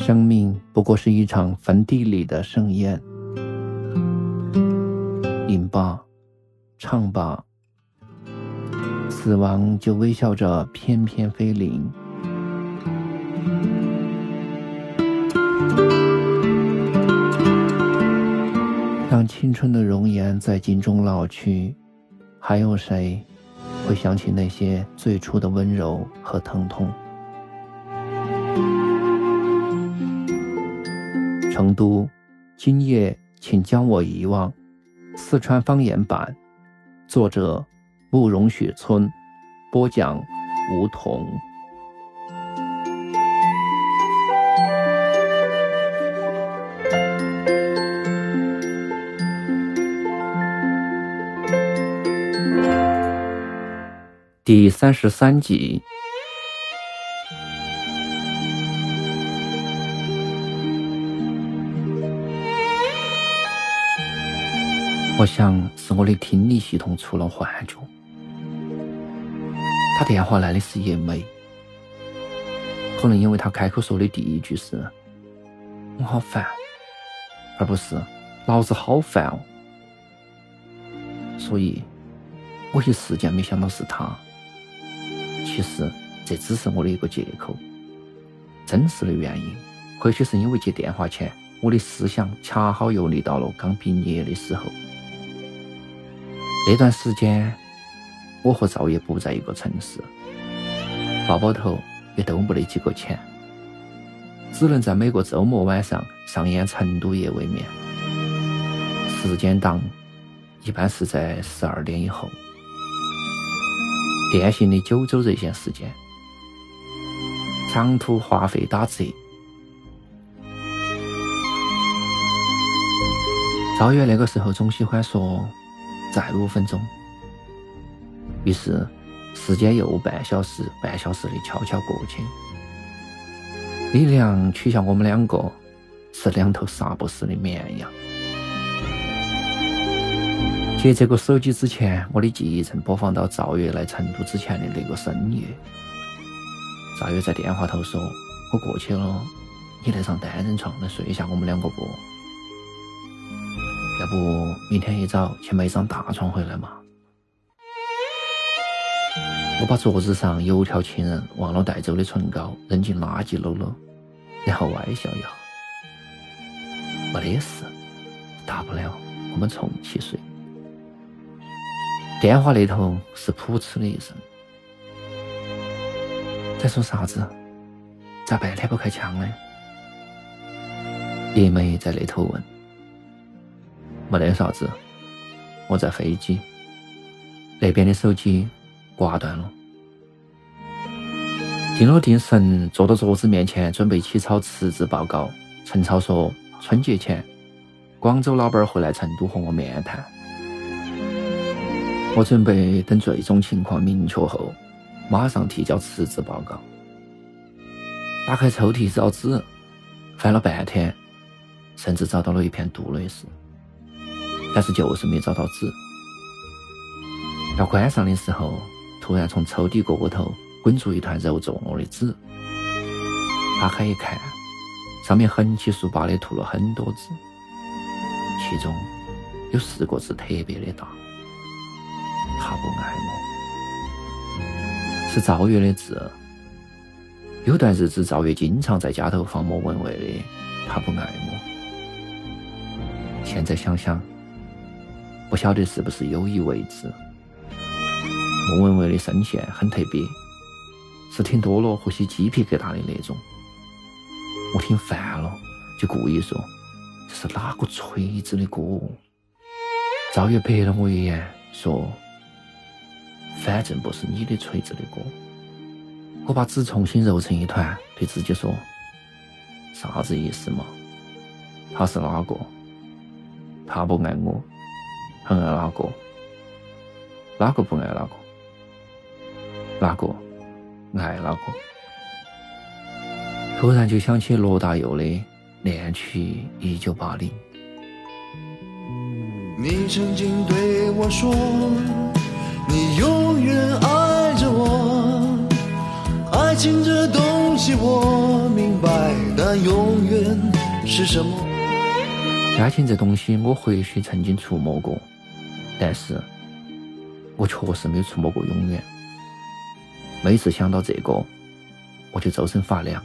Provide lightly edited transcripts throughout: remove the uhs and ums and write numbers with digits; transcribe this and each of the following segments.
生命不过是一场坟地里的盛宴，饮吧，唱吧，死亡就微笑着翩翩飞临。当青春的容颜在镜中老去，还有谁会想起那些最初的温柔和疼痛？成都，今夜请将我遗忘。四川方言版，作者慕容雪村，播讲梧桐。第33集。我想是我的听力系统出了幻觉。他电话来的是叶梅，可能因为他开口说的第一句是我好烦，而不是老子好烦哦，所以我一时间没想到是他。其实这只是我的一个借口，真实的原因或许是因为接电话前我的思想恰好游离到了刚毕业的时候。那段时间我和赵烨不在一个城市，包包头也都没得几个钱，只能在每个周末晚上上演成都夜未眠，时间档一般是在12点以后，典型的9州热线时间，长途话费打折。赵烨那个时候总喜欢说再5分钟，于是时间又半小时的悄悄过去。李亮取向我们两个是2头杀不死的绵羊。接这个手机之前，我的记忆正播放到赵烨来成都之前的那个深夜。赵烨在电话头说，我过去了，你那张单人床能睡下我们两个不？要不明天一早去买一张大床回来嘛？我把桌子上油条情人忘了带走的唇膏扔进垃圾篓了，然后歪笑一下，没得事，大不了我们重启睡。电话那头是噗嗤的一声，在说啥子？咋半天不开枪呢？叶梅在那头问。没得啥子，我在飞机。那边的手机挂断了。定了定神，坐到桌子面前准备起草辞职报告。陈超说春节前广州老板会来成都和我面谈，我准备等最终情况明确后马上提交辞职报告。打开抽屉找纸，翻了半天，甚至找到了一片杜蕾斯，但是就是没找到纸。要关上的时候，突然从抽屉角头滚出一团揉皱了的纸。打开一看，上面横七竖八的涂了很多字，其中有4个字特别的大，他不爱我。是赵烨的字。有段日子赵烨经常在家头放莫文蔚的他不爱我。现在想想，不晓得是不是有意为之。莫文蔚的声线很特别，是听多了呼吸鸡皮疙瘩的那种。我听烦了，就故意说这是哪个锤子的歌。赵烨白了我一眼，说反正不是你的锤子的歌。我把纸重新揉成一团，对自己说啥子意思嘛？他是哪个？他不爱我，很爱哪个？哪个不爱哪个？哪个爱哪个？突然就想起罗大佑的《恋曲1980》。 你曾经对我说，你永远爱着我，爱情这东西我明白的那永远是什么？ 爱情这东西我或许曾经触摸过，但是我确实没有触摸过永远。每次想到这个，我就周身发凉。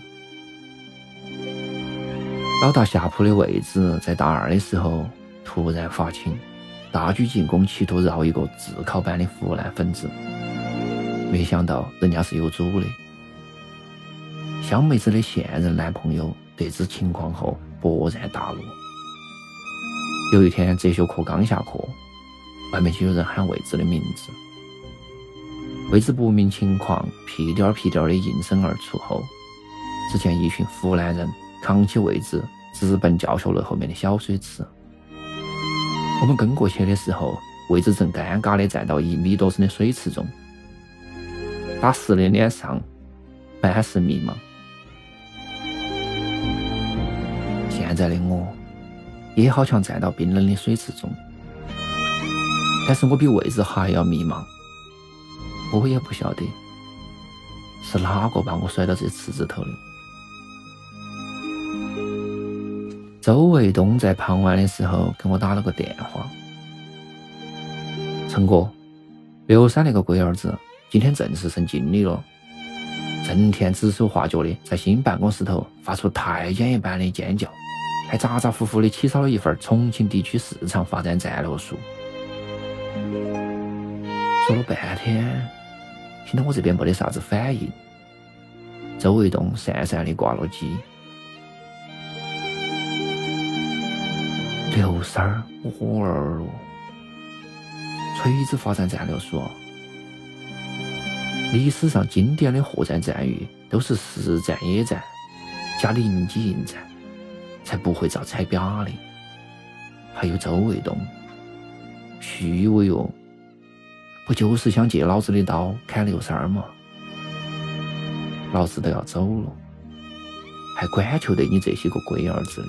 老大下铺的位置在大二的时候突然发青，大举进攻，企图绕一个自考班的腐烂分子。没想到人家是有主的。小妹子的现任男朋友得知情况后勃然大怒。有一天哲学课刚下课，外面就有人喊位置的名字。位置不明情况屁颠儿屁颠儿的应声而出后，只见一群湖南人扛起位置直奔教学楼后面的小水池。我们跟过去的时候，位置正尴尬地站到1米多深的水池中，打湿的脸上满是迷茫。现在的我也好像站到冰冷的水池中，但是我比位置还要迷茫。我也不晓得是哪个把我甩到这池子头的。周卫东在傍晚的时候给我打了个电话：陈哥，刘三那个龟儿子今天正式升经理了，整天指手画脚的在新办公室头发出太监一般的尖叫，还咋咋呼呼的起草了一份重庆地区市场发展战略书。说了半天，听到我这边没得啥子反应，周卫东讪讪的挂了机。刘三儿，我儿了，锤子发展战略书，历史上经典的货战战役都是实战野战加临机应战，才不会遭踩扁的。还有周卫东，虚伪哦，不就是想借老子的刀砍刘三儿吗？老子都要走了，还管求得你这些个龟儿子的。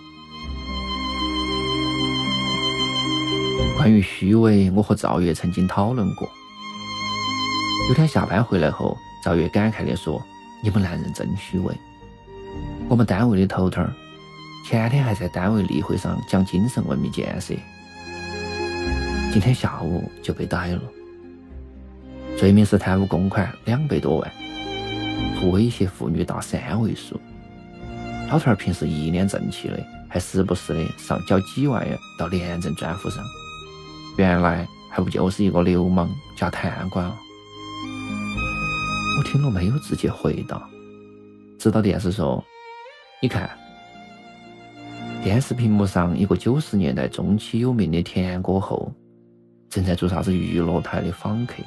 关于虚伪，我和赵月曾经讨论过。有天下班回来后，赵月感慨地说：“你们男人真虚伪。我们单位的头头前天还在单位例会上讲精神文明建设，今天下午就被逮了，罪名是贪污公款200多万和威胁妇女达3位数。老头儿平时一脸正气的，还时不时的上交几万元到廉政专户上，原来还不就是一个流氓加贪官啊！”我听了没有直接回答，直到电视说：“你看，电视屏幕上一个90年代中期有名的田歌后正在做啥子娱乐台的访客。”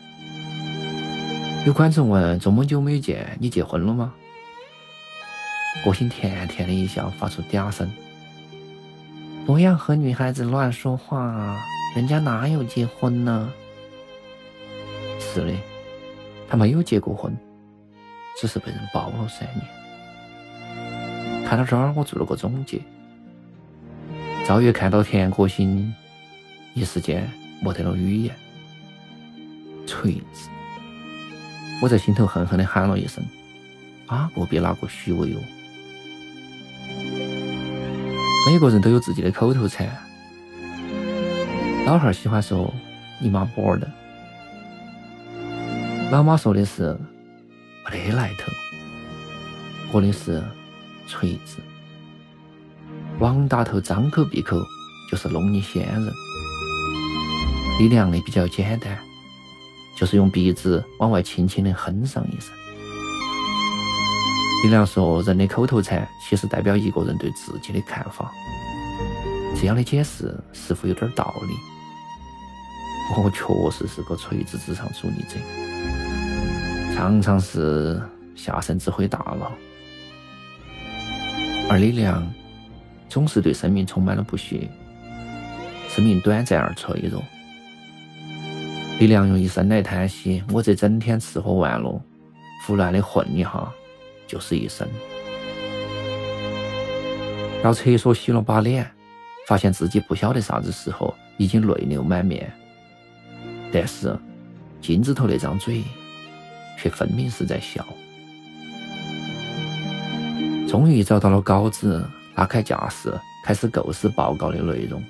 有观众问：“这么久没有见，你结婚了吗？”歌星甜甜的一笑，发出嗲声：“不要和女孩子乱说话，人家哪有结婚呢？”是的，他没有结过婚，只是被人包了3年。看到这儿，我做了个总结。赵月看到田歌星，一时间没得了语言。锤子！我在心头狠狠地喊了一声：“哪个比哪个虚伪哦！”每个人都有自己的口头禅。老汉儿喜欢说“你妈波的”，老妈说的是“没得来头”，我的是“锤子”。王大头张口闭口就是弄你先人。李良的比较简单，就是用鼻子往外轻轻地哼上一声。李良说，人的口头禅其实代表一个人对自己的看法。这样的解释似乎有点道理。我确实是个锤子职场主义者，常常是下身只会大佬。而李良总是对生命充满了不屑，生命短暂而脆弱。李良用一声来叹息：“我这整天吃喝玩乐，胡乱的混一下就是一生。”到厕所洗了把脸，发现自己不晓得啥子时候已经泪流满面，但是镜子头那张嘴却分明是在笑。 终于找到了稿子，拉开架势，开始构思报告的内容。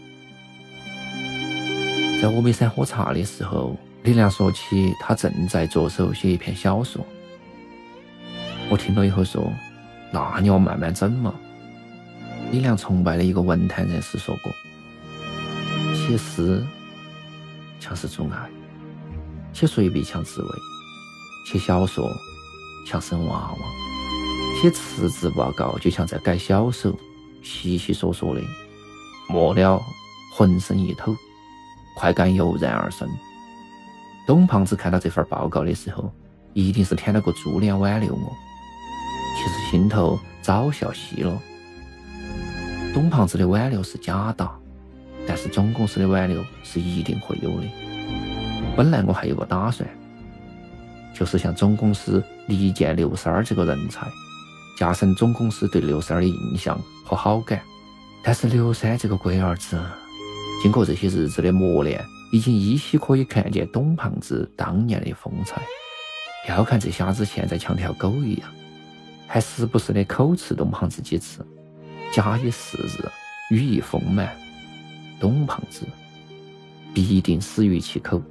在峨眉山喝茶的时候，李亮说起他正在着手写一篇小说。我听了以后说，那你要慢慢整嘛。李亮崇拜的一个文坛人士说过，写诗像是做爱，写随笔像自慰，写小说像生娃娃，写辞职报告就像在改小手，稀稀嗦嗦的，末了浑身一抖，快感油然而生。董胖子看到这份报告的时候，一定是舔了个猪脸挽留我，其实心头早笑嘻了。董胖子的挽留是假的，但是总公司的挽留是一定会有的。本来我还有个打算，就是向总公司力荐刘三儿这个人才，加深总公司对刘三儿的印象和好感。但是刘三这个龟儿子，经过这些日子的磨练，已经依稀可以看见董胖子当年的风采。要看这瞎子现在像条狗一样，还时不时的口刺董胖子几次，假以时日，语意丰满，董胖子必定死于其口。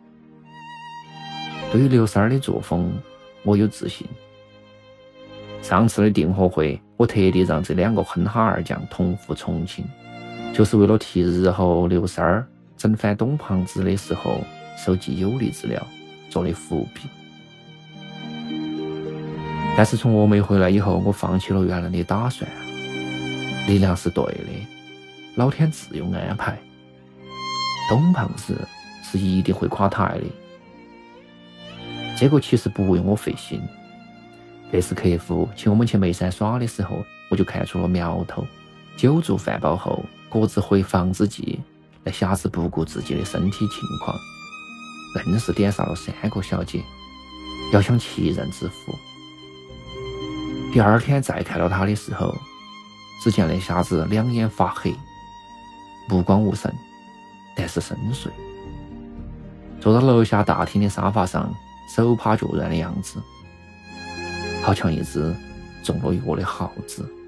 对于刘三儿的作风，我有自信。上次的订货会，我特地让这两个哼哈二将同赴重庆，就是为了替日后刘三儿整翻董胖子的时候收集有力资料，做的伏笔。但是从峨眉回来以后，我放弃了原来的打算。李亮是对的，老天自有安排，董胖子是一定会垮台的。这个其实不用我费心，那次客户请我们去眉山耍的时候，我就看出了苗头。酒足饭饱后，各自回房子记，那瞎子不顾自己的身体情况，硬是点上了3个小姐，要想其人之福。第二天再看到他的时候，只见那瞎子两眼发黑，目光无神，但是深邃，坐到楼下大厅的沙发上，手趴脚软的样子，好像一只中了药的耗子。